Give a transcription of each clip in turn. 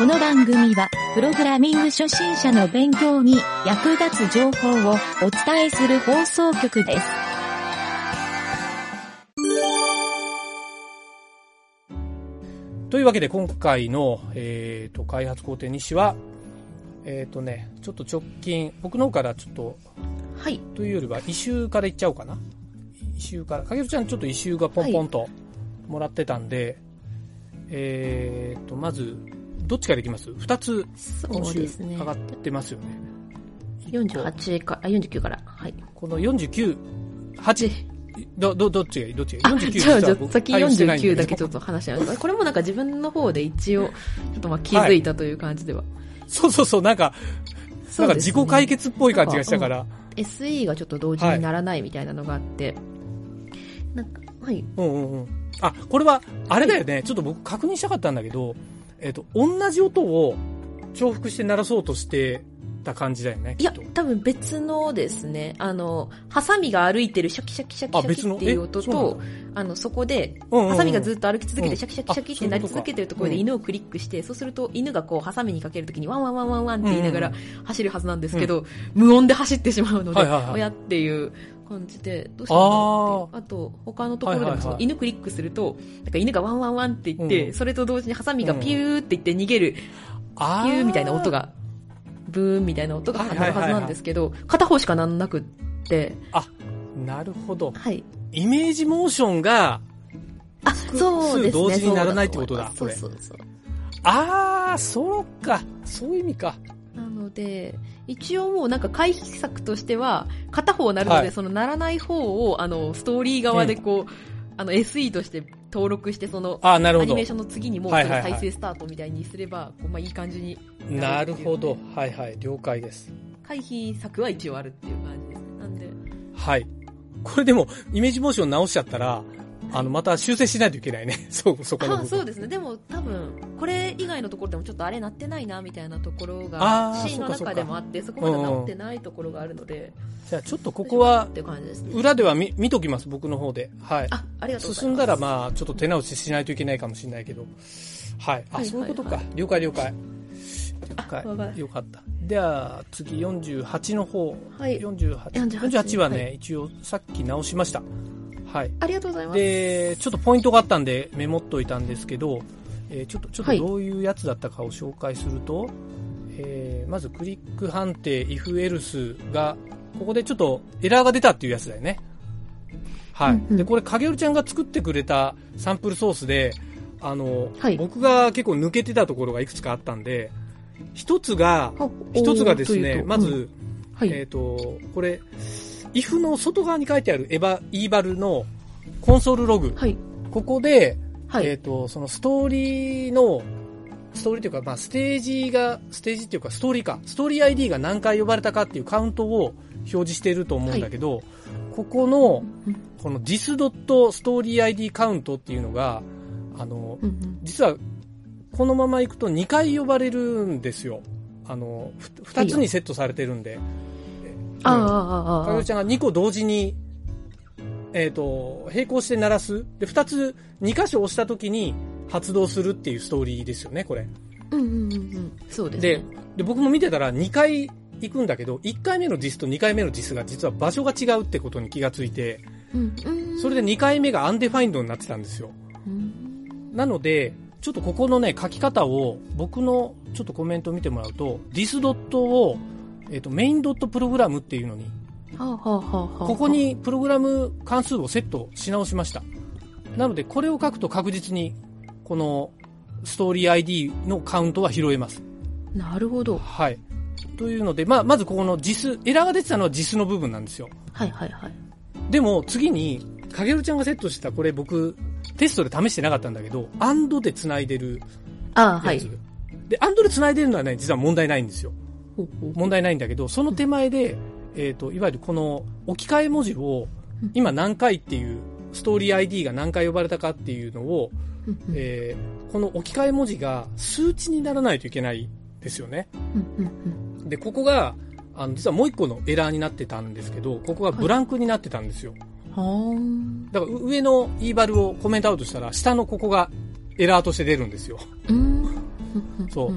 の番組は、プログラミング初心者の勉強に役立つ情報をお伝えする放送局です。 というわけで今回の、開発工程日誌は、ちょっと直近、僕の方からちょっと、 はい。 というよりは、異臭からいっちゃおうかな。異臭から。かげるちゃんちょっと異臭がポンポンともらってたんで、まず、どっちからいきます ?2 つ、今週上がってますよね。 48か、49から。はい。 この49、8、どっちがいい49 じゃあ先49だけちょっと話し合います。これもなんか自分の方で一応、ちょっとまあ気づいたという感じでは。 そう、なんか自己解決っぽい感じがしたから。 SE がちょっと同時にならないみたいなのがあって。なんか、はい。 あ、これは、あれだよね、はい。ちょっと僕確認したかったんだけど、同じ音を重複して鳴らそうとしてた感じだよね。 いや、多分別のですね、ハサミが歩いてるシャキシャキシャキシャキっていう音と、そこで、ハサミがずっと歩き続けてシャキシャキシャキってなり続けてるところで犬をクリックして、そうすると犬がこうハサミにかけるときにワンワンワンワンワンって言いながら走るはずなんですけど、無音で走ってしまうので、親っていう感じで、どうしたんだろうって。あと、他のところでもその犬クリックすると、なんか犬がワンワンワンって言って、それと同時にハサミがピューって言って逃げる、ピューみたいな音が、ブーンみたいな音が鳴るはずなんですけど、片方しかなんなくって。 あ、なるほど。 はい。 イメージモーションが、 そうですね。 同時にならないってことだ、これ。 そう。 そうか。そういう意味か。 なので、一応もうなんか回避策としては、片方なるので、そのならない方を、ストーリー側でこう、SE として登録して、その、アニメーションの次にもう再生スタートみたいにすれば、まあいい感じになるほど。了解です。 回避策は一応あるっていう感じですね。なんで。 はい。これでも、イメージモーション直しちゃったら、また修正しないといけないね。そこの部分。 そうですね。でも多分、これ以外のところでもちょっとあれなってないな、みたいなところが、シーンの中でもあって、そこまで直ってないところがあるので。 じゃあちょっとここは、裏では見ときます、僕の方で。はい。 ありがとうございます。 進んだらまあ、ちょっと手直ししないといけないかもしれないけど。はい。そういうことか。了解。よかった。では、次48の方。 はい。 48はね、一応さっき直しました。はい。 ありがとうございます。 で、ちょっとポイントがあったんでメモっといたんですけど、ちょっとどういうやつだったかを紹介すると、まずクリック判定 if else が、ここでちょっとエラーが出たっていうやつだよね。はい。で、これ影織ちゃんが作ってくれたサンプルソースで、僕が結構抜けてたところがいくつかあったんで、一つがですね、まず、これ、if の外側に書いてあるeval のコンソールログ。ここで、そのストーリーというか、まあ、ストーリー ID が何回呼ばれたかっていうカウントを表示していると思うんだけど、ここの、この this.storyid カウントっていうのが、実は、このまま行くと2回呼ばれるんですよ。2つにセットされてるんで。かげるちゃんが2個同時に、並行して鳴らす。で、2箇所押した時に発動するっていうストーリーですよね、これ。 そうですね。 で、僕も見てたら2回行くんだけど、1回目のディスと2回目のディスが実は場所が違うってことに気がついて、それで2回目がアンデファインドになってたんですよ。なので、ちょっとここのね、書き方を、僕のちょっとコメントを見てもらうと、this ドットを、メインドットプログラムっていうのに、ここにプログラム関数をセットし直しました。なので、これを書くと確実に、このストーリー ID のカウントは拾えます。 なるほど。 はい。というので、まずここのJIS、エラーが出てたのは JIS の部分なんですよ。でも、次に、かげるちゃんがセットしたこれ僕、テストで試してなかったんだけど、AND で繋いでるやつ。で、AND で繋いでるのはね、実は問題ないんですよ。問題ないんだけど、その手前で、いわゆるこの置き換え文字を、今何回っていう、ストーリー ID が何回呼ばれたかっていうのを、この置き換え文字が数値にならないといけないですよね。で、ここが、実はもう一個のエラーになってたんですけど、ここがブランクになってたんですよ。だから上の eval をコメントアウトしたら、下のここがエラーとして出るんですよ。そう。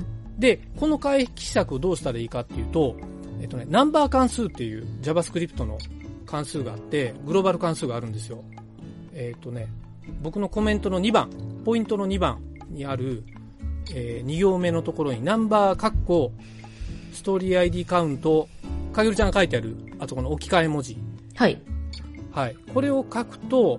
で、この回帰策をどうしたらいいかっていうと、ナンバー関数っていう JavaScript の関数があって、グローバル関数があるんですよ。僕のコメントの2番、ポイントの2番にある、2行目のところにナンバーカッコストーリー ID カウント、かげるちゃんが書いてある、あとこの置き換え文字。 はい。 はい。これを書くと、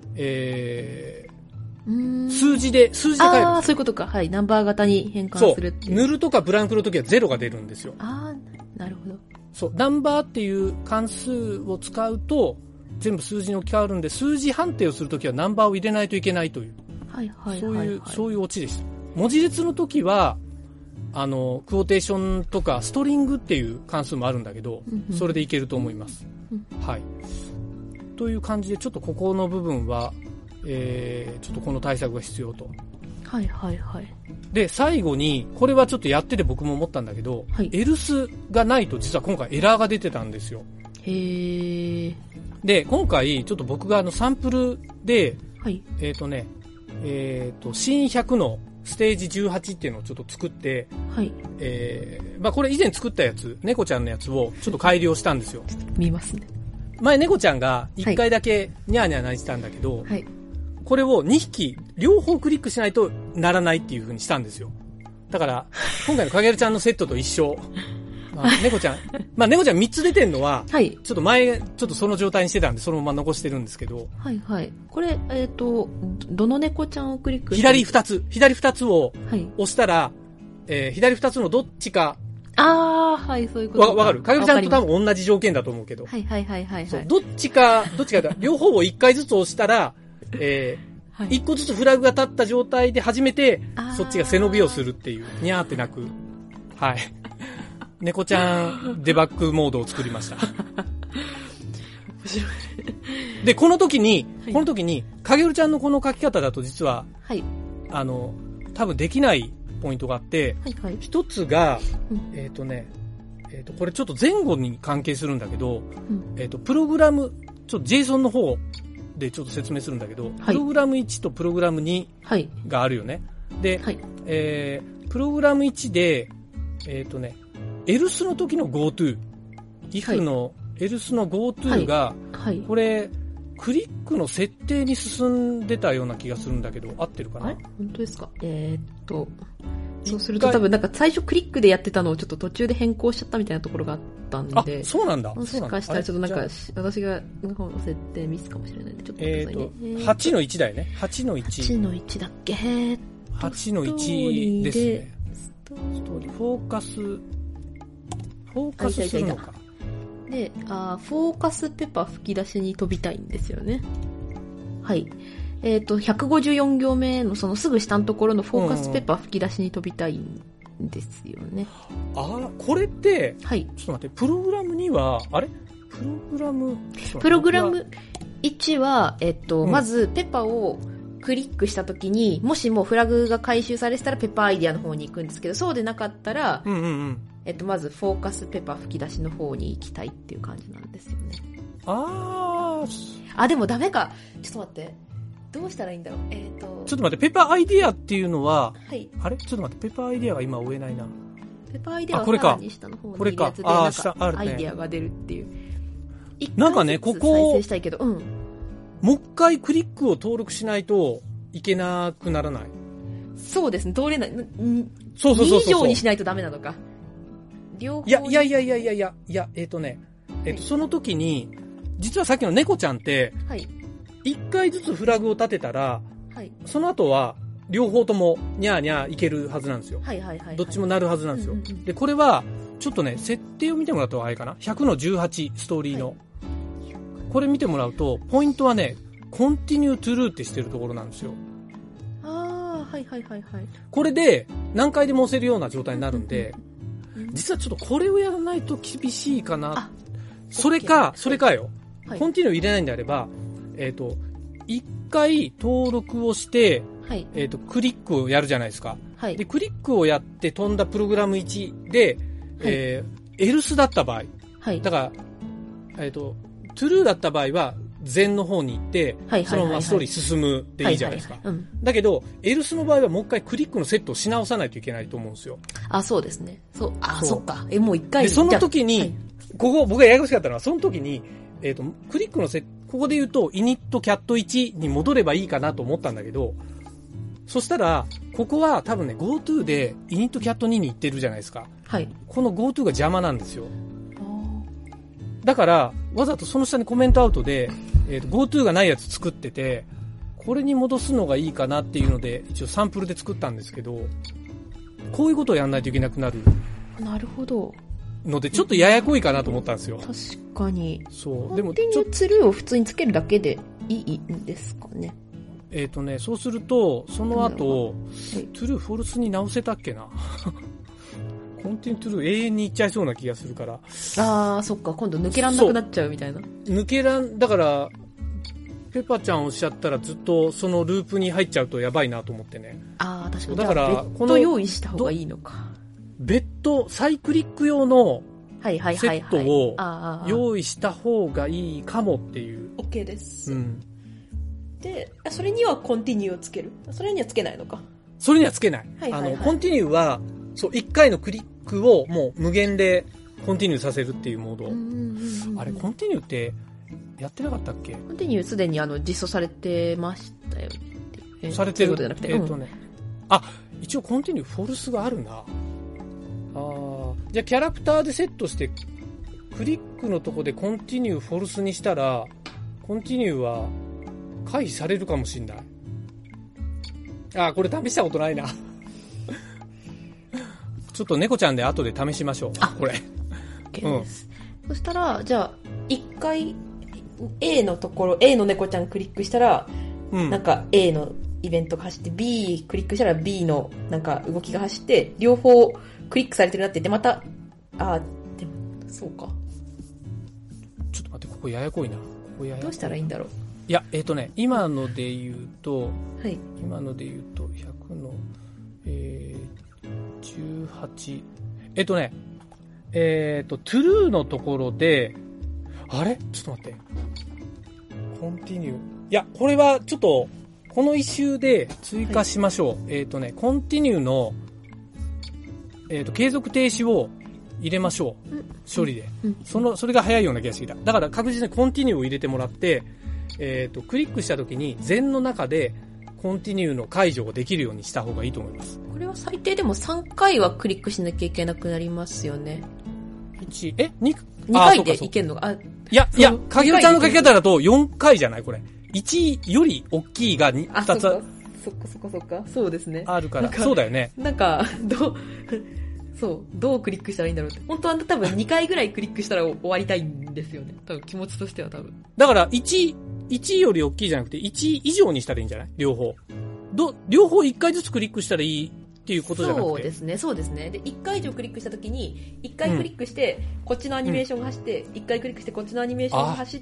数字で書いてる。 ああ、そういうことか。はい。ナンバー型に変換するっていう。 そう。ヌルとかブランクの時は0が出るんですよ。 ああ、なるほど。 そう。ナンバーっていう関数を使うと、全部数字に置き換わるんで、数字判定をするときはナンバーを入れないといけないという。 はいはいはい、はい。 そういうオチでした。文字列の時は、クォーテーションとかストリングっていう関数もあるんだけど、それでいけると思います。はい。という感じで、ちょっとここの部分は、ちょっとこの対策が必要と。 はいはいはい。 で、最後に、これはちょっとやってて僕も思ったんだけど、はい、エルスがないと実は今回エラーが出てたんですよ。 へー。 で、今回、ちょっと僕がサンプルで、 はい、 新100のステージ18っていうのをちょっと作って、 はい。 これ以前作ったやつ、猫ちゃんのやつをちょっと改良したんですよ。 見ますね。 前猫ちゃんが1回だけニャーニャー泣いてたんだけど、 はい。 これを2匹両方クリックしないとならないっていう風にしたんですよ。だから、今回のかげるちゃんのセットと一緒。猫ちゃん3つ出てんのは、はい。ちょっと前、ちょっとその状態にしてたんで、そのまま残してるんですけど。 はいはい。これ、どの猫ちゃんをクリックして左2つを押したら、左2つのどっちか。 あー、はい、そういうことか。 わかる。かげるちゃんと多分同じ条件だと思うけど。 はいはいはいはい、はい。そう、 どっちか両方を1回ずつ押したら、はい、1個ずつフラグが立った状態で初めて、そっちが背伸びをするっていう、にゃーって鳴く。はい。猫ちゃんデバッグモードを作りました。面白い。 で、この時に、かげるちゃんのこの書き方だと実は、 はい。 多分できないポイントがあって、 はいはい、 一つが、これちょっと前後に関係するんだけど、プログラム、ちょっと JSON の方でちょっと説明するんだけど、はい、プログラム1とプログラム2があるよね。はい、で、はい、プログラム1で、else の時の GoTo、if の else の GoTo が、はい、これ、クリックの設定に進んでたような気がするんだけど、合ってるかな？ 本当ですか？そうすると多分なんか最初クリックでやってたのをちょっと途中で変更しちゃったみたいなところがあったんで。 あ、そうなんだ。 もしかしたらちょっとなんか、私がの方の設定ミスかもしれないんで、ちょっと待ってくださいね。 8の1だよね。8の1。 8の1だっけ 8の1ですね。ストーリー、フォーカスするのか。 で、フォーカスペパ吹き出しに飛びたいんですよね。はい。154行目のそのすぐ下のところのフォーカスペパ吹き出しに飛びたいんですよね。 これって、 はい。 ちょっと待って、プログラムには、プログラム1は、まずペパをクリックしたときに、もしもフラグが回収されてたらペパアイディアの方に行くんですけど、そうでなかったら、まずフォーカスペパ吹き出しの方に行きたいっていう感じなんですよね。でもダメか。ちょっと待って。どうしたらいいんだろう。 ちょっと待って、ペパアイディアっていうのは、はい。あれちょっと待って、ペパアイディアが今追えないな。 ペパアイディアはさらに下の方にいるやつで、なんかアイディアが出るっていう。 なんかね、ここ、 再生したいけど、もう一回クリックを登録しないといけなくならない。 そうですね、通れない。 そう。2 以上にしないとダメなのか。両方。 いや、その時に、実はさっきの猫ちゃんって、はい。1回ずつフラグを立てたら、はい。その後は、両方とも、にゃーにゃーいけるはずなんですよ。 はいはいはい。 どっちもなるはずなんですよ。で、これは、ちょっとね、設定を見てもらうとあれかな ?100 の18、ストーリーの。はい、これ見てもらうと、ポイントはね、continue true ってしてるところなんですよ。 はいはいはいはい。 これで、何回でも押せるような状態になるんで、実はちょっとこれをやらないと厳しいかな。それかよ。はい、コンティニュー入れないんであれば、一回登録をして、はい、クリックをやるじゃないですか。はい。で、クリックをやって飛んだプログラム1で、はい、else だった場合。はい。だから、true だった場合は、 前の方に行って、そのままストーリー進むでいいじゃないですか。だけど、エルスの場合はもう一回クリックのセットをし直さないといけないと思うんですよ。 あ、そうですね。そっか。もう一回。 で、その時に、僕がややこしかったのは、その時に、クリックのセット、ここで言うと、イニットキャット1に戻ればいいかなと思ったんだけど、そしたら、ここは多分ね、GoTo でイニットキャット2に行ってるじゃないですか。はい。この GoTo が邪魔なんですよ。だから、わざとその下にコメントアウトで、GoTo がないやつ作ってて、これに戻すのがいいかなっていうので、一応サンプルで作ったんですけど、こういうことをやんないといけなくなる。 なるほど。 ので、ちょっとややこいかなと思ったんですよ。 確かに。 そう。 でも、コンティニューツルーを普通につけるだけでいいんですかね。 そうすると、その後、トゥルーフォルスに直せたっけな。コンティニュートゥルー永遠にいっちゃいそうな気がするから。 ああ、そっか。今度抜けらんなくなっちゃうみたいな。 だから、ペパちゃんおっしゃったらずっとそのループに入っちゃうとやばいなと思ってね。 ああ、確かに。 だから、 この用意した方がいいのか。 別途、サイクリック用のセットを用意した方がいいかもっていう。 OK です。で、それにはコンティニューをつける。それにはつけないのか。 それにはつけない。コンティニューは、そう、1回のクリックをもう無限でコンティニューさせるっていうモード。あれ、コンティニューってやってなかったっけ？ コンティニューすでに実装されてましたよ。 されてることじゃなくて。一応コンティニューフォルスがあるな。じゃあキャラクターでセットしてクリックのとこでコンティニューフォルスにしたらコンティニューは回避されるかもしんない。これ試したことないな。ちょっと猫ちゃんで後で試しましょう。これ。 OK です。そしたら、じゃあ、一回 A のところ、A の猫ちゃんクリックしたら、なんか A のイベントが走って B クリックしたら B のなんか動きが走って、両方クリックされてるなって言って、また、でも、そうか。 ちょっと待って、ここややこいな。 どうしたらいいんだろう。 いや、今ので言うと、今ので言うと、100の、18。トゥルーのところで、あれちょっと待って。コンティニュー。いや、これはちょっと、この一周で追加しましょう。コンティニューの、継続停止を入れましょう。処理で。それが早いような気がしてきた。だから確実にコンティニューを入れてもらって、クリックした時に禅の中でコンティニューの解除ができるようにした方がいいと思います。 これは最低でも3回はクリックしなきゃいけなくなりますよね。 2 回でいけんのか。 いや、影尾ちゃんの書き方だと4回じゃないこれ。1より大きいが2つ。 そっか。そうですね。 あるから。そうだよね。 なんか、どうクリックしたらいいんだろうって。本当は多分2回ぐらいクリックしたら終わりたいんですよね。多分気持ちとしては多分。 だから1より大きいじゃなくて1以上にしたらいいんじゃない両方。両方1回ずつクリックしたらいいっていうことじゃなくて。 そうですね。で、1回以上クリックしたときに、1回クリックして、こっちのアニメーションが走って、1回クリックしてこっちのアニメーションが走って、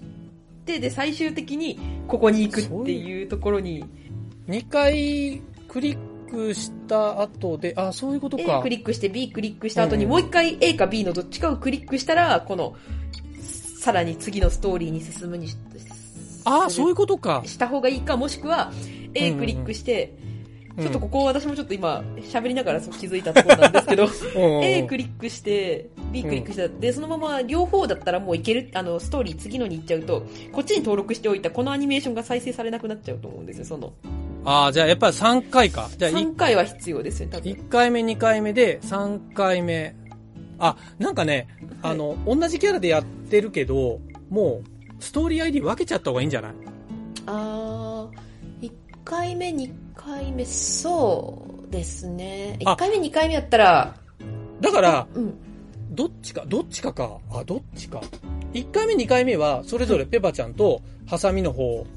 で、最終的にここに行くっていうところに。 2回クリックした後で、そういうことか。 A クリックして B クリックした後にもう1回 A か B のどっちかをクリックしたら、この、さらに次のストーリーに進むにし、 そういうことか。 した方がいいか、もしくは A クリックして、ちょっとここ私もちょっと今喋りながら気づいたところなんですけどA クリックして B クリックしたでそのまま両方だったらもういけるストーリー次のに行っちゃうとこっちに登録しておいたこのアニメーションが再生されなくなっちゃうと思うんですよ。 じゃあやっぱり3回か。じゃあ 3回は必要ですよ多分。 1回目2回目で3回目なんかね、同じキャラでやってるけどもうストーリー ID 分けちゃった方がいいんじゃない？ 1回目2回目そうですね。1回目2回目やったらだから、どっちか。1回目2回目はそれぞれペパちゃんとハサミの方を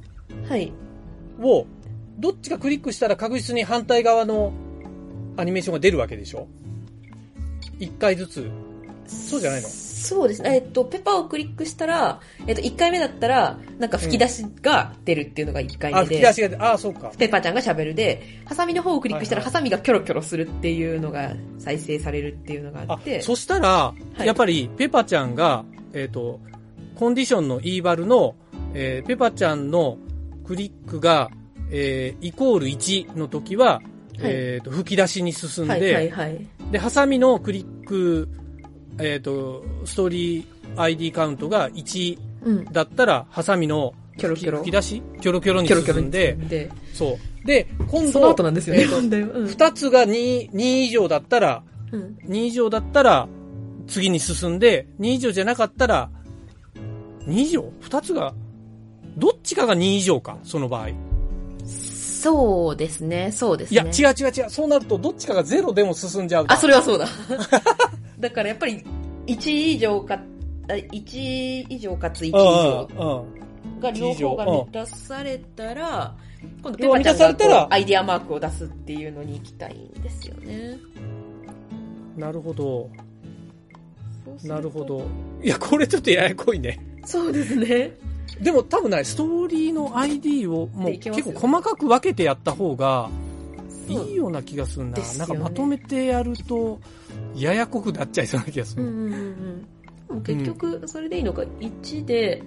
どっちかクリックしたら確実に反対側のアニメーションが出るわけでしょ？1回ずつ。そうじゃないの？ そうですね。ペパをクリックしたら、1回目だったら、なんか吹き出しが出るっていうのが1回目で。 吹き出しが出る。そうか。 ペパちゃんが喋るで、ハサミの方をクリックしたら、ハサミがキョロキョロするっていうのが再生されるっていうのがあって。 そしたら、やっぱり、ペパちゃんが、コンディションのイーバルの、 ペパちゃんのクリックが、イコール1の時は、はい、吹き出しに進んで、はいはいはい、で、ハサミのクリック、ストーリー ID カウントが1だったら、ハサミの吹き出しキョロキョロに進んで、そう。で、今度、 その後なんですよね。 2つが2以上だったら、2以上だったら、次に進んで、2以上じゃなかったら、2以上 ?2 つが、どっちかが2以上か、その場合。 そうですね、そうですね。 いや、違う。そうなると、どっちかが0でも進んじゃう。 あ、それはそうだ。だからやっぱり、1以上かつ1以上が両方が満たされたら、今度ペパちゃんがこうアイディアマークを出すっていうのに行きたいんですよね。 なるほど。なるほど。いや、これちょっとややこいね。 そうですね。 でも多分ね、ストーリーの ID をもう結構細かく分けてやった方がいいような気がするな。なんかまとめてやるとややこくなっちゃいそうな気がする。 結局それでいいのか、1で、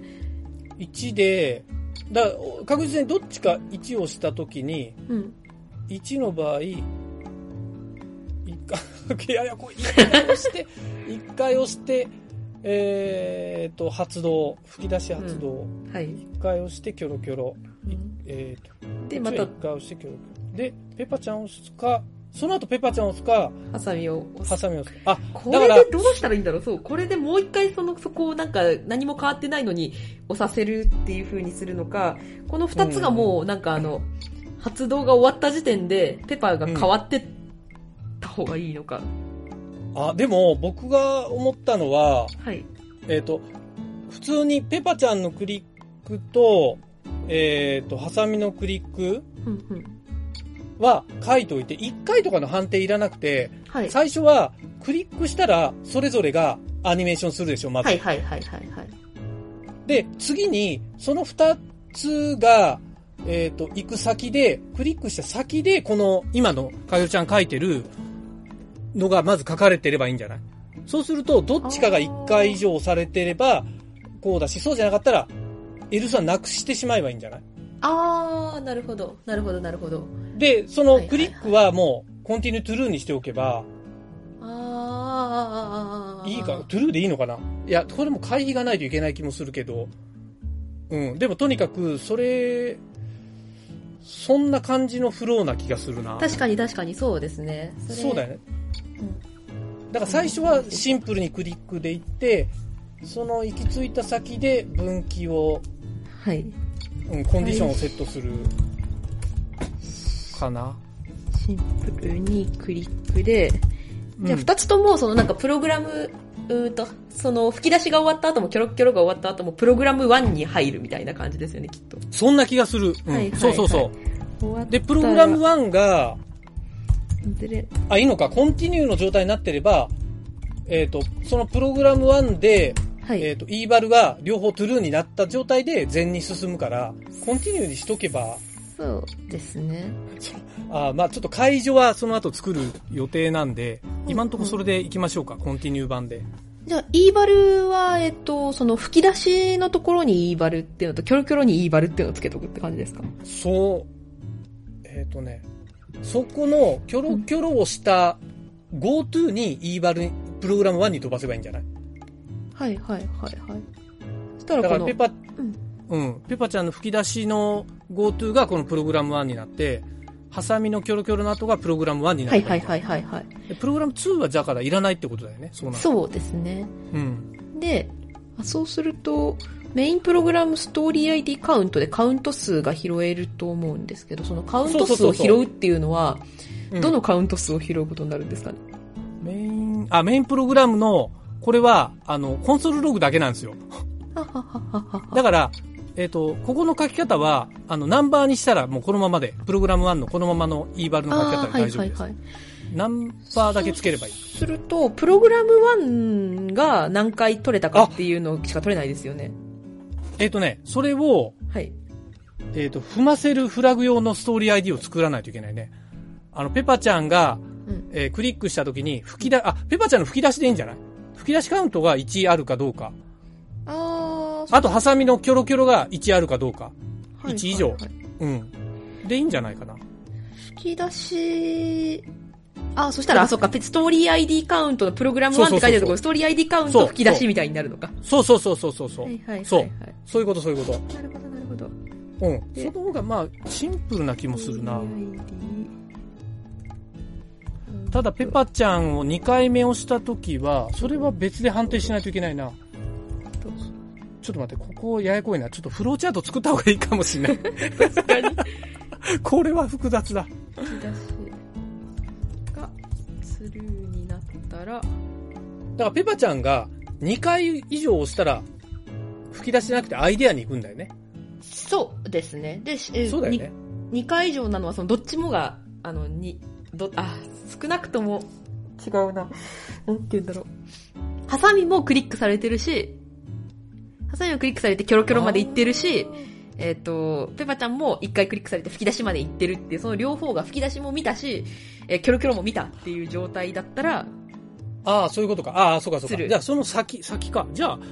だから確実にどっちか1を押したときに、1の場合、ややこい。1回押して、発動、吹き出し発動。はい。1回押してキョロキョロ。で、また。1回押してキョロキョロ。で、ペパちゃんを押すか、その後ペパちゃんを押すか、 ハサミを押す。 あ、 これでどうしたらいいんだろう。そう、これでもう一回そこをなんか何も変わってないのに押させるっていう風にするのか、この2つがもうなんか発動が終わった時点でペパが変わってった方がいいのか。 あ、でも僕が思ったのは、 はい。 普通にペパちゃんのクリックと、ハサミのクリックは書いておいて、1回とかの判定いらなくて、はい、最初はクリックしたらそれぞれがアニメーションするでしょ、まず。はい。で、次にその2つが、行く先で、クリックした先で、この今のかよちゃん書いてるのがまず書かれてればいいんじゃない？そうすると、どっちかが1回以上押されてれば、こうだし、そうじゃなかったら、L3 なくしてしまえばいいんじゃない？ なるほど。 で、そのクリックはもう、コンティニュートゥルーにしておけば、いいか、トゥルーでいいのかな？いや、これも回避がないといけない気もするけど、でもとにかく、そんな感じのフローな気がするな。 確かに、そうですね。 そうだよね。だから最初はシンプルにクリックでいって、その行き着いた先で分岐を、 はい。 コンディションをセットするかな。 シンプルにクリックで、じゃあ2つともなんかプログラム、その吹き出しが終わった後もキョロキョロが終わった後もプログラム1に入るみたいな感じですよね、きっと。 そんな気がする。そう。で、プログラム1が、いいのか、コンティニューの状態になってれば、そのプログラム1で、はい、E バルが両方トゥルーになった状態で前に進むから、コンティニューにしとけば。 そうですね。 まあちょっと解除はその後作る予定なんで、今のところそれで行きましょうか、コンティニュー版で。 じゃあ、E バルは、その吹き出しのところに E バルっていうのと、キョロキョロに E バルっていうのをつけとくって感じですか？ そう。そこのキョロキョロをした GoTo に E バルに、プログラム1に飛ばせばいいんじゃない？はい。そしたらだからペパちゃんの吹き出しの GoTo がこのプログラム1になって、ハサミのキョロキョロの後がプログラム1になって。はい。プログラム2はだからいらないってことだよね。 そうですね。で、そうすると、メインプログラムストーリー ID カウントでカウント数が拾えると思うんですけど、そのカウント数を拾うっていうのは、どのカウント数を拾うことになるんですかね？ メインプログラムの、これは、コンソールログだけなんですよ。だから、ここの書き方は、ナンバーにしたらもうこのままで、プログラム1のこのままの E バルの書き方で大丈夫です。ナンバーだけつければいい。 すると、プログラム1が何回取れたかっていうのしか取れないですよね。 それを、はい。踏ませるフラグ用のストーリー ID を作らないといけないね。ペパちゃんが、クリックしたときに、ペパちゃんの吹き出しでいいんじゃない？吹き出しカウントが1あるかどうか。 あと、ハサミのキョロキョロが1あるかどうか。 はい、 1以上、 はいはい。 うん。で、いいんじゃないかな。 吹き出し、そしたら、そっか、ストーリー ID カウントのプログラム1って書いてあるところ、ストーリー ID カウント吹き出しみたいになるのか。 そう。はいはいはい。 そう。そういうこと。 なるほど。 うん。その方が、まあ、シンプルな気もするな。ただ、ペパちゃんを2回目押したときは、それは別で判定しないといけないな。ちょっと待って、ここややこいな。ちょっとフローチャート作った方がいいかもしれない。 確かに。 これは複雑だ。 吹き出しがスルーになったら。だから、ペパちゃんが2回以上押したら、吹き出しじゃなくてアイデアに行くんだよね。 そうですね。で、 そうだよね。 2回以上なのは、どっちもが、少なくとも、違うな。なんて言うんだろう。ハサミもクリックされてるし、ハサミもクリックされてキョロキョロまで行ってるし、ペパちゃんも1回クリックされて吹き出しまで行ってるっていう、その両方が吹き出しも見たし、キョロキョロも見たっていう状態だったら、 そういうことか。そうか。じゃあ、その先か。じゃあ、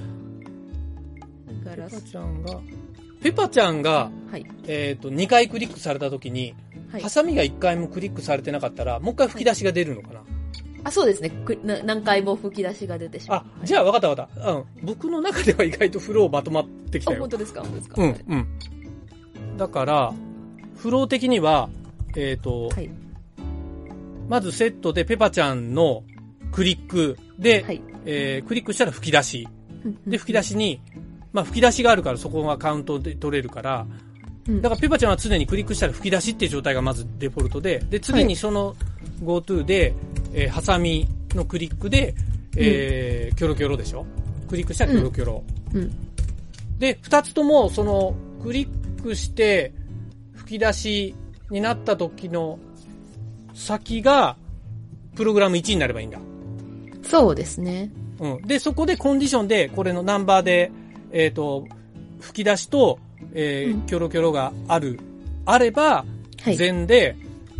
ペパちゃんが、 はい、 2回クリックされたときに、はい、ハサミが1回もクリックされてなかったら、もう一回吹き出しが出るのかな、 そうですね。何回も吹き出しが出てしまう。 じゃあ分かった。僕の中では意外とフローまとまってきたよ。 本当ですか。 うん。だから、フロー的には、 はい、 まずセットでペパちゃんのクリックで、 はい、 クリックしたら吹き出し。で、吹き出しに、吹き出しがあるからそこがカウントで取れるから、だからペパちゃんは常にクリックしたら吹き出しっていう状態がまずデフォルトで、次にその GoTo で、ハサミのクリックで、キョロキョロでしょ。クリックしたらキョロキョロ。で、二つともそのクリックして吹き出しになった時の先がプログラム1になればいいんだ。 そうですね。 で、そこでコンディションでこれのナンバーで、吹き出しとキョロキョロがあれば、全で、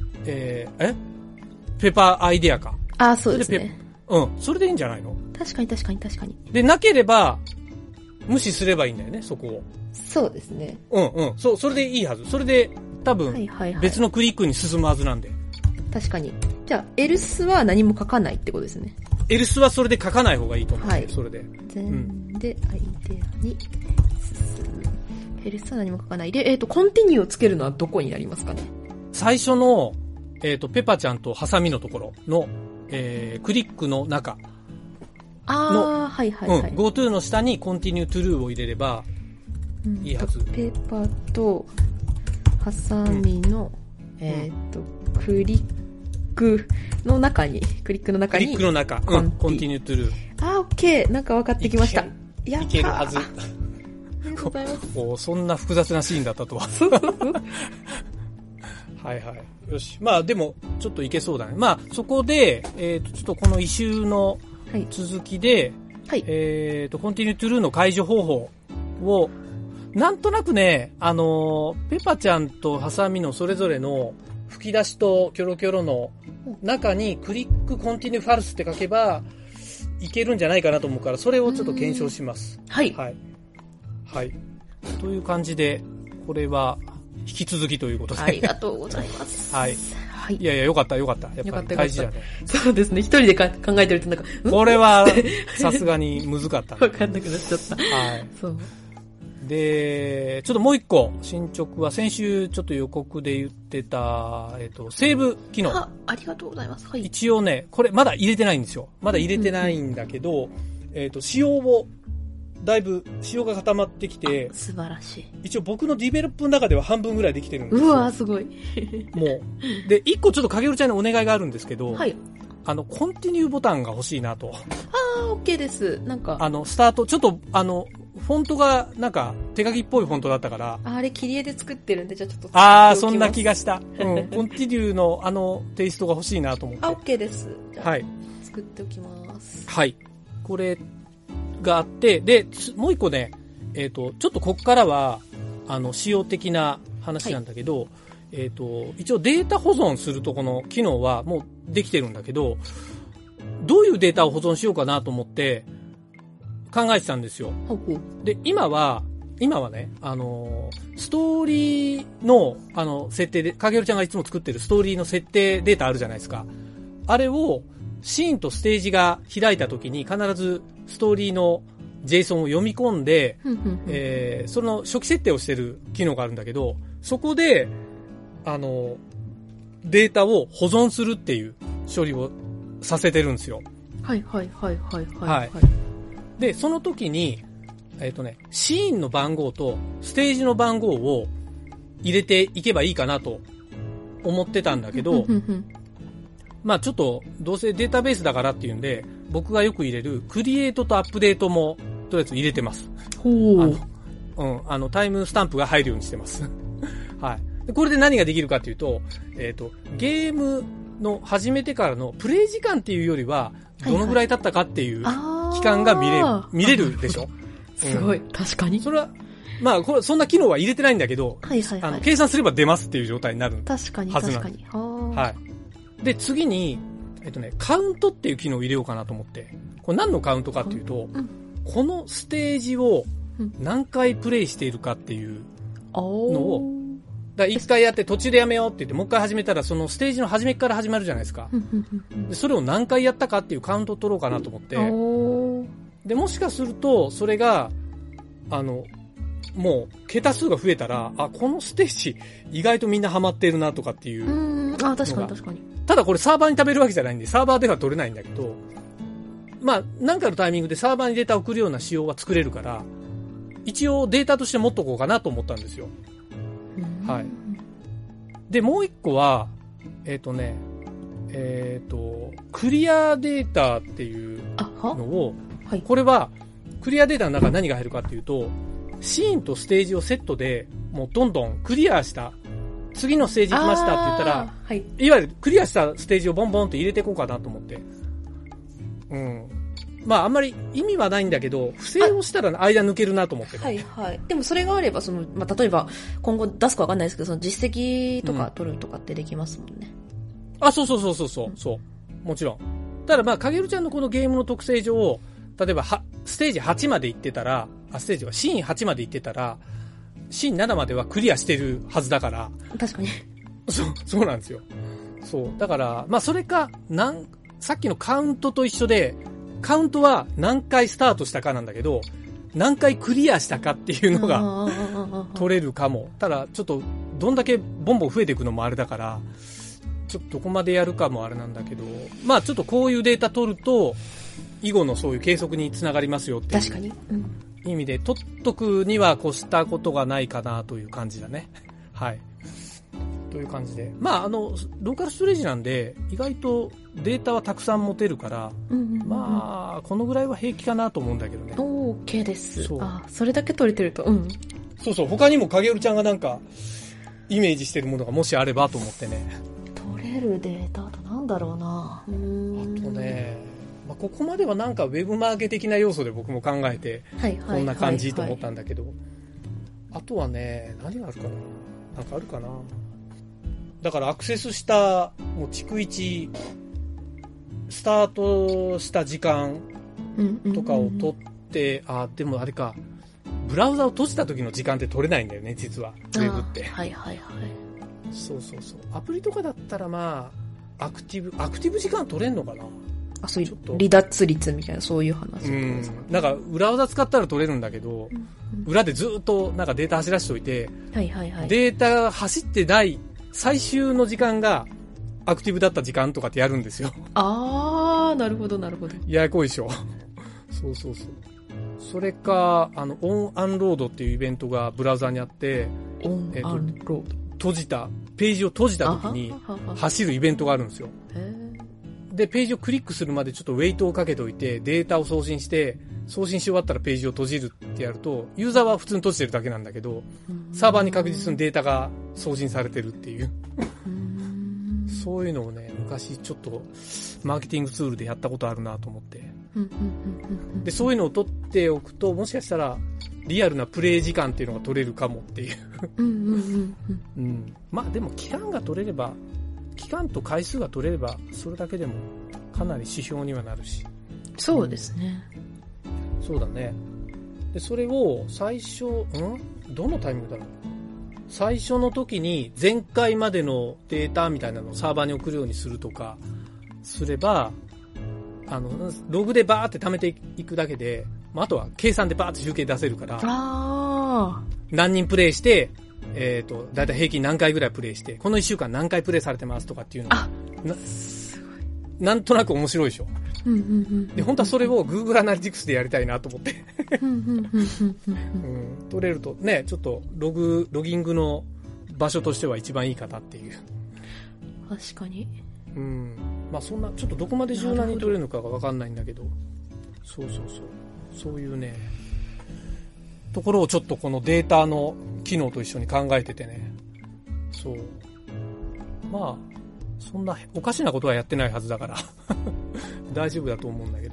ペパアイデアか。 そうですね。 それでいいんじゃないの？ 確かに。 で、なければ、無視すればいいんだよね、そこを。 そうですね。 それでいいはず。それで、多分、別のクリックに進むはずなんで。 確かに。じゃあ、エルスは何も書かないってことですね。 エルスはそれで書かない方がいいと思う。それで。 全でアイデアに進む。エルスは何も書かないで、コンティニューをつけるのはどこになりますかね？ 最初の、ペパちゃんとハサミのところの、クリックの中の、GoTo の下に Continue to Do を入れればいいはず。 ペパとハサミの、クリックの中に、 クリックの中、Continue to Do。 オッケー。なんか分かってきました。 いけるはず。そんな複雑なシーンだったとは。はい。よし。でも、ちょっといけそうだね。そこで、ちょっとこの異臭の続きで、Continue to Do の解除方法を、なんとなくね、ペパちゃんとハサミのそれぞれの吹き出しとキョロキョロの中にクリックコンティニューファルスって書けばいけるんじゃないかなと思うから、それをちょっと検証します。はい。という感じで、これは引き続きということで。 ありがとうございます。 はい。いや、よかった。やっぱり大事だね。 そうですね。一人で考えてるとなんか、 これはさすがに難かった、ね。 わかんなくなっちゃった。そう。 で、ちょっともう一個進捗は先週ちょっと予告で言ってた、セーブ機能。 ありがとうございます。 一応ね、これまだ入れてないんですよ。まだ入れてないんだけど、だいぶ仕様が固まってきて、 素晴らしい。 一応僕のディベロップの中では半分ぐらいできてるんですよ。 うわーすごい。 もう。で、一個ちょっとかげるちゃんにお願いがあるんですけど、コンティニューボタンが欲しいなと。 OK です。なんか。 スタート、ちょっと、フォントが、なんか、手書きっぽいフォントだったから。 あれ、切り絵で作ってるんで、じゃあちょっと。 そんな気がした。コンティニューのテイストが欲しいなと思って。 OK です。 じゃあ作っておきます。 はい。これがあって、で、もう一個ね、ちょっとこっからは、仕様的な話なんだけど、一応データ保存するとこの機能はもうできてるんだけど、どういうデータを保存しようかなと思って、 考えてたんですよ。で、今はね、ストーリーの、設定で、かげるちゃんがいつも作ってるストーリーの設定データあるじゃないですか。あれを、シーンとステージが開いた時に必ずストーリーの JSON を読み込んで、その初期設定をしてる機能があるんだけど、そこで、データを保存するっていう処理をさせてるんですよ。 はい。 で、その時に、シーンの番号とステージの番号を入れていけばいいかなと思ってたんだけど、まあちょっとどうせデータベースだからっていうんで、僕がよく入れるクリエイトとアップデートもとりあえず入れてます。タイムスタンプが入るようにしてます。はい。これで何ができるかっていうと、ゲームの始めてからのプレイ時間っていうよりは、どのぐらい経ったかっていう期間が見れるでしょ。 すごい、確かに。 それは、まあ、そんな機能は入れてないんだけど、計算すれば出ますっていう状態になるはずなんです。確かに。はい。で、次に、カウントっていう機能を入れようかなと思って。これ何のカウントかっていうと、このステージを何回プレイしているかっていうのを、一回やって途中でやめようって言ってもう一回始めたらそのステージの始めから始まるじゃないですか。でそれを何回やったかっていうカウントを取ろうかなと思って。で、もしかするとそれが、もう桁数が増えたら、このステージ意外とみんなハマってるなとかっていう。 確かに。 ただこれサーバーに食べるわけじゃないんで、サーバーでは取れないんだけど、まあ、なんかのタイミングでサーバーにデータを送るような仕様は作れるから、一応データとして持っとこうかなと思ったんですよ。はい。で、もう一個は、クリアデータっていうのを、これは、クリアデータの中に何が入るかっていうと、シーンとステージをセットで、もうどんどんクリアした、次のステージ行きましたって言ったら、いわゆるクリアしたステージをボンボンと入れていこうかなと思って。まああんまり意味はないんだけど、不正をしたら間抜けるなと思って。 でもそれがあれば、例えば今後出すかわかんないですけど、その実績とか取るとかってできますもんね。 そう。もちろん。ただまあ、かげるちゃんのこのゲームの特性上、例えばステージ8まで行ってたら、シーン8まで行ってたら、シーン7まではクリアしてるはずだから。 確かに。 そうなんですよ。そう。だから、まあそれか、さっきのカウントと一緒で、カウントは何回スタートしたかなんだけど、何回クリアしたかっていうのが取れるかも。ただ、ちょっと、どんだけボンボン増えていくのもあれだから、ちょっとどこまでやるかもあれなんだけど、まあちょっとこういうデータ取ると、以後のそういう計測につながりますよっていう。 確かに。 意味で、取っとくには越したことがないかなという感じだね。はい。という感じで。まあローカルストレージなんで、意外とデータはたくさん持てるから、まあ、このぐらいは平気かなと思うんだけどね。 OK です。それだけ取れてると。 そう。他にも影るちゃんがなんか、イメージしてるものがもしあればと思ってね。 取れるデータとなんだろうな。 あとね、まあ、ここまではなんかウェブマーケ的な要素で僕も考えて、こんな感じと思ったんだけど、あとはね、何があるかな。なんかあるかな。だからアクセスした、もう逐1、スタートした時間とかを取って、でもあれか、ブラウザを閉じた時の時間って取れないんだよね、実は。ウェブって。そう。アプリとかだったらまあ、アクティブ時間取れんのかな。 そういう離脱率みたいな、そういう話。 なんか、裏技使ったら取れるんだけど、裏でずっとなんかデータ走らしといて、データが走ってない最終の時間がアクティブだった時間とかってやるんですよ。 なるほど。 ややこいでしょ。そう。それか、オンアンロードっていうイベントがブラウザにあって、 オンアンロード。 ページを閉じた時に走るイベントがあるんですよ。で、ページをクリックするまでちょっとウェイトをかけておいて、データを送信して、送信し終わったらページを閉じるってやると、ユーザーは普通に閉じてるだけなんだけど、サーバーに確実にデータが送信されてるっていう。そういうのをね、昔ちょっとマーケティングツールでやったことあるなと思って。で、そういうのを取っておくと、もしかしたらリアルなプレイ時間っていうのが取れるかもっていう。まあでも期間が取れれば、期間と回数が取れれば、それだけでもかなり指標にはなるし。 そうですね。 そうだね。で、それを最初、どのタイミングだろう。最初の時に前回までのデータみたいなのをサーバーに送るようにするとかすれば、ログでバーって貯めていくだけで、あとは計算でバーって集計出せるから、何人プレイして、だいたい平均何回ぐらいプレイして、この1週間何回プレイされてますとかっていうのが、なんとなく面白いでしょ。で、本当はそれを Google Analytics でやりたいなと思って。取れるとね、ちょっとロギングの場所としては一番いいかなっていう。 確かに。 そんな、ちょっとどこまで柔軟に取れるのかがわかんないんだけど、そういうね、ところをちょっとこのデータの機能と一緒に考えててね。そう。そんなおかしなことはやってないはずだから大丈夫だと思うんだけど、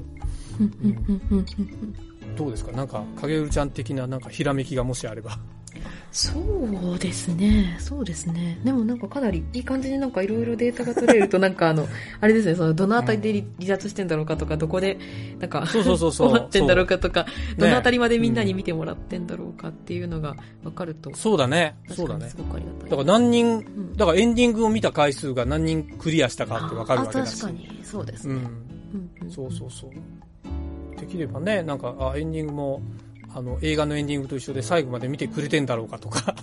どうですか、なんか影るちゃん的ななんかひらめきがもしあれば。 そうですね。でもなんかかなりいい感じになんかいろいろデータが取れるとなんかあれですね、そのどのあたりで離脱してんだろうかとか、どこでなんか終わってんだろうかとか、どのあたりまでみんなに見てもらってんだろうかっていうのが分かると。 そうだね。 すごくありがたい。 だからだからエンディングを見た回数が何人クリアしたかって分かるわけだし。 確かに、そうですね。 そう。できればね、なんか、エンディングも、映画のエンディングと一緒で最後まで見てくれてんだろうかとか。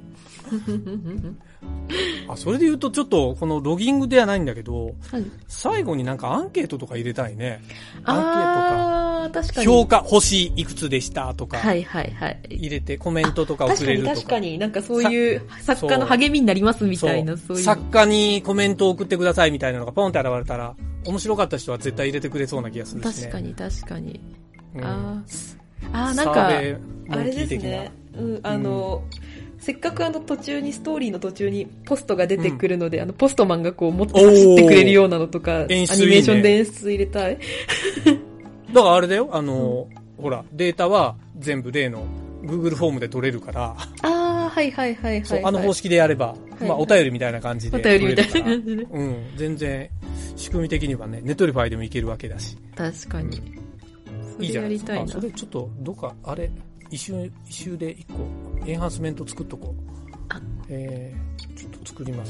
それで言うとちょっと、このロギングではないんだけど、最後になんかアンケートとか入れたいね。アンケートか。確かに。評価、星いくつでしたとか。入れてコメントとか送れるとか。 確かに、なんかそういう作家の励みになりますみたいな、そういう。 作家にコメントを送ってくださいみたいなのがポンって現れたら、面白かった人は絶対入れてくれそうな気がするしね。 確かに。なんか、あれですね。せっかくストーリーの途中にポストが出てくるので、ポストマンがこう持って走ってくれるようなのとか、アニメーションで演出入れたい。 だからあれだよ、ほら、データは全部例の Google フォームで取れるから。 はい。そう、 方式でやれば、お便りみたいな感じで取れるから。お便りみたいな感じで。全然、仕組み的にはね、ネットリファイでもいけるわけだし。 確かに。 いいじゃないですか。それちょっと、一周で一個、エンハンスメント作っとこう。ちょっと作ります。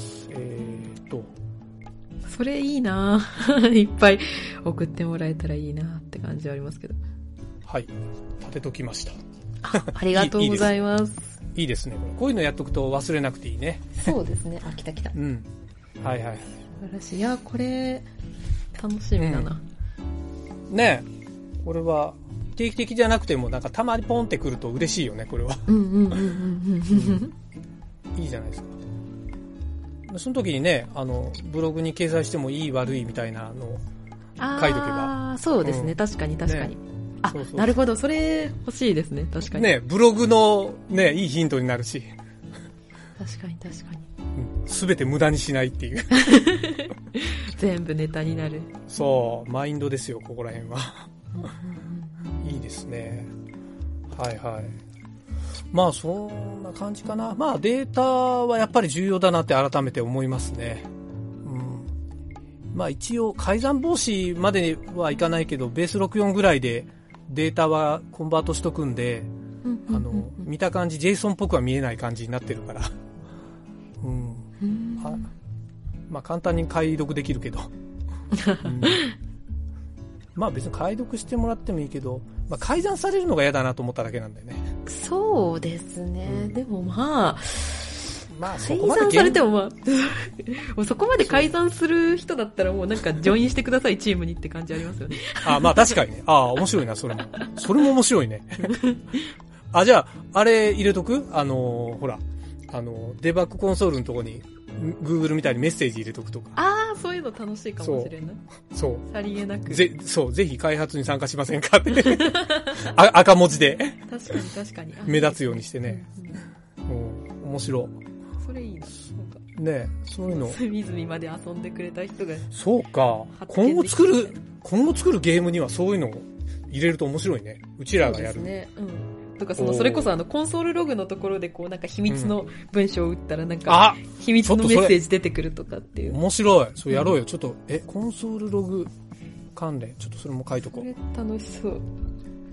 それいいないっぱい送ってもらえたらいいなって感じはありますけど。 はい。立てときました。 ありがとうございます。 いいですね。こういうのやっとくと忘れなくていいね。 そうですね。来た。 はい。素晴らしい。いや、これ、楽しみだな。 ねえ。これは、定期的じゃなくても、なんかたまにポンってくると嬉しいよね、これは。いいじゃないですか。その時にね、ブログに掲載してもいい悪いみたいなのを書いとけば。 そうですね。確かに。ね、なるほど。それ欲しいですね。確かに。 ね、ブログのね、いいヒントになるし。 確かに。 すべて無駄にしないっていう。 全部ネタになる。 そう、マインドですよ、ここら辺は。いいですね。はい。そんな感じかな。データはやっぱり重要だなって改めて思いますね。一応、改ざん防止まではいかないけど、ベース64ぐらいでデータはコンバートしとくんで、見た感じ、JSON っぽくは見えない感じになってるから。簡単に解読できるけど。別に解読してもらってもいいけど、改ざんされるのが嫌だなと思っただけなんだよね。 そうですね。でもそこまで改ざんされてももうそこまで改ざんする人だったらもうなんかジョインしてくださいチームにって感じありますよね。 確かにね。面白いな、それも。それも面白いね。じゃあ、あれ入れとく？ほら、デバッグコンソールのとこに、Google みたいにメッセージ入れとくとか。 そういうの楽しいかもしれない。 そう。 さりげなく。 ぜひ開発に参加しませんかって。赤文字で。 確かに。 目立つようにしてね。面白。 それいいな。 ねそういうの。 隅々まで遊んでくれた人が。 そうか。今後作るゲームにはそういうのを入れると面白いね。うちらがやる。 そうですね。とかそれこそコンソールログのところでなんか秘密の文章を打ったらなんか秘密のメッセージ出てくるとかっていう。 面白い。そうやろうよ。ちょっとコンソールログ関連ちょっとそれも書いとこう。 これ楽しそう。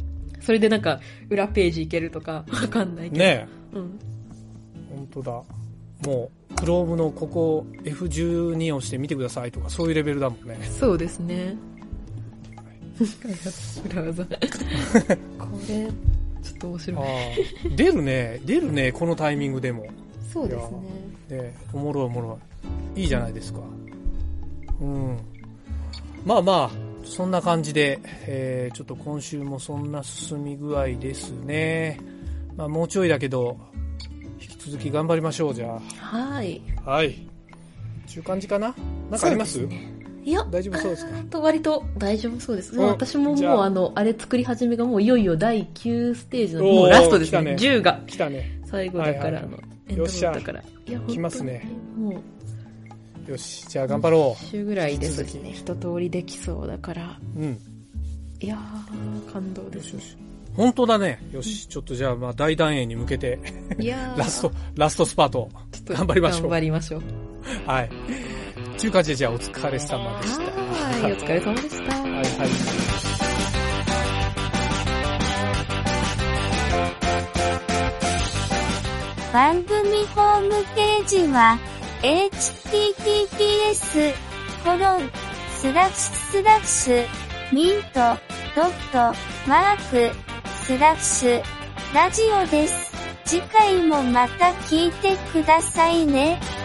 それでなんか、裏ページいけるとか、わかんないけど。 ねえ。うん。本当だ。もう、Chrome のここ F12 を押して見てくださいとか、そういうレベルだもんね。 そうですね。開発ブラウザ。これ、ちょっと面白い。 出るね、このタイミングでも。 そうですね。 で、おもろい。いいじゃないですか。うん。まあまあ、そんな感じで、ちょっと今週もそんな進み具合ですね。まあもうちょいだけど、引き続き頑張りましょう、じゃあ。はい。 はい。ちゅう感じかな？なんかあります？ いや、 大丈夫そうですか？ 割と大丈夫そうです。私ももうあれ作り始めがもういよいよ第9ステージのもうラストですね。10が。 来たね。 最後だからエンドロールだから。 いや、来ますね。 もう。よし、じゃあ頑張ろう。 1週ぐらいですね。一通りできそうだから。 うん。 いやー、感動です。 よし。本当だね。よし、ちょっとじゃあまあ大団円に向けてラストスパート頑張りましょう。 頑張りましょう。 はい。という感じでじゃあお疲れ様でした。 はい、お疲れ様でした。はいはい。 番組ホームページは https://mint.mark/ラジオです。次回もまた聞いてくださいね。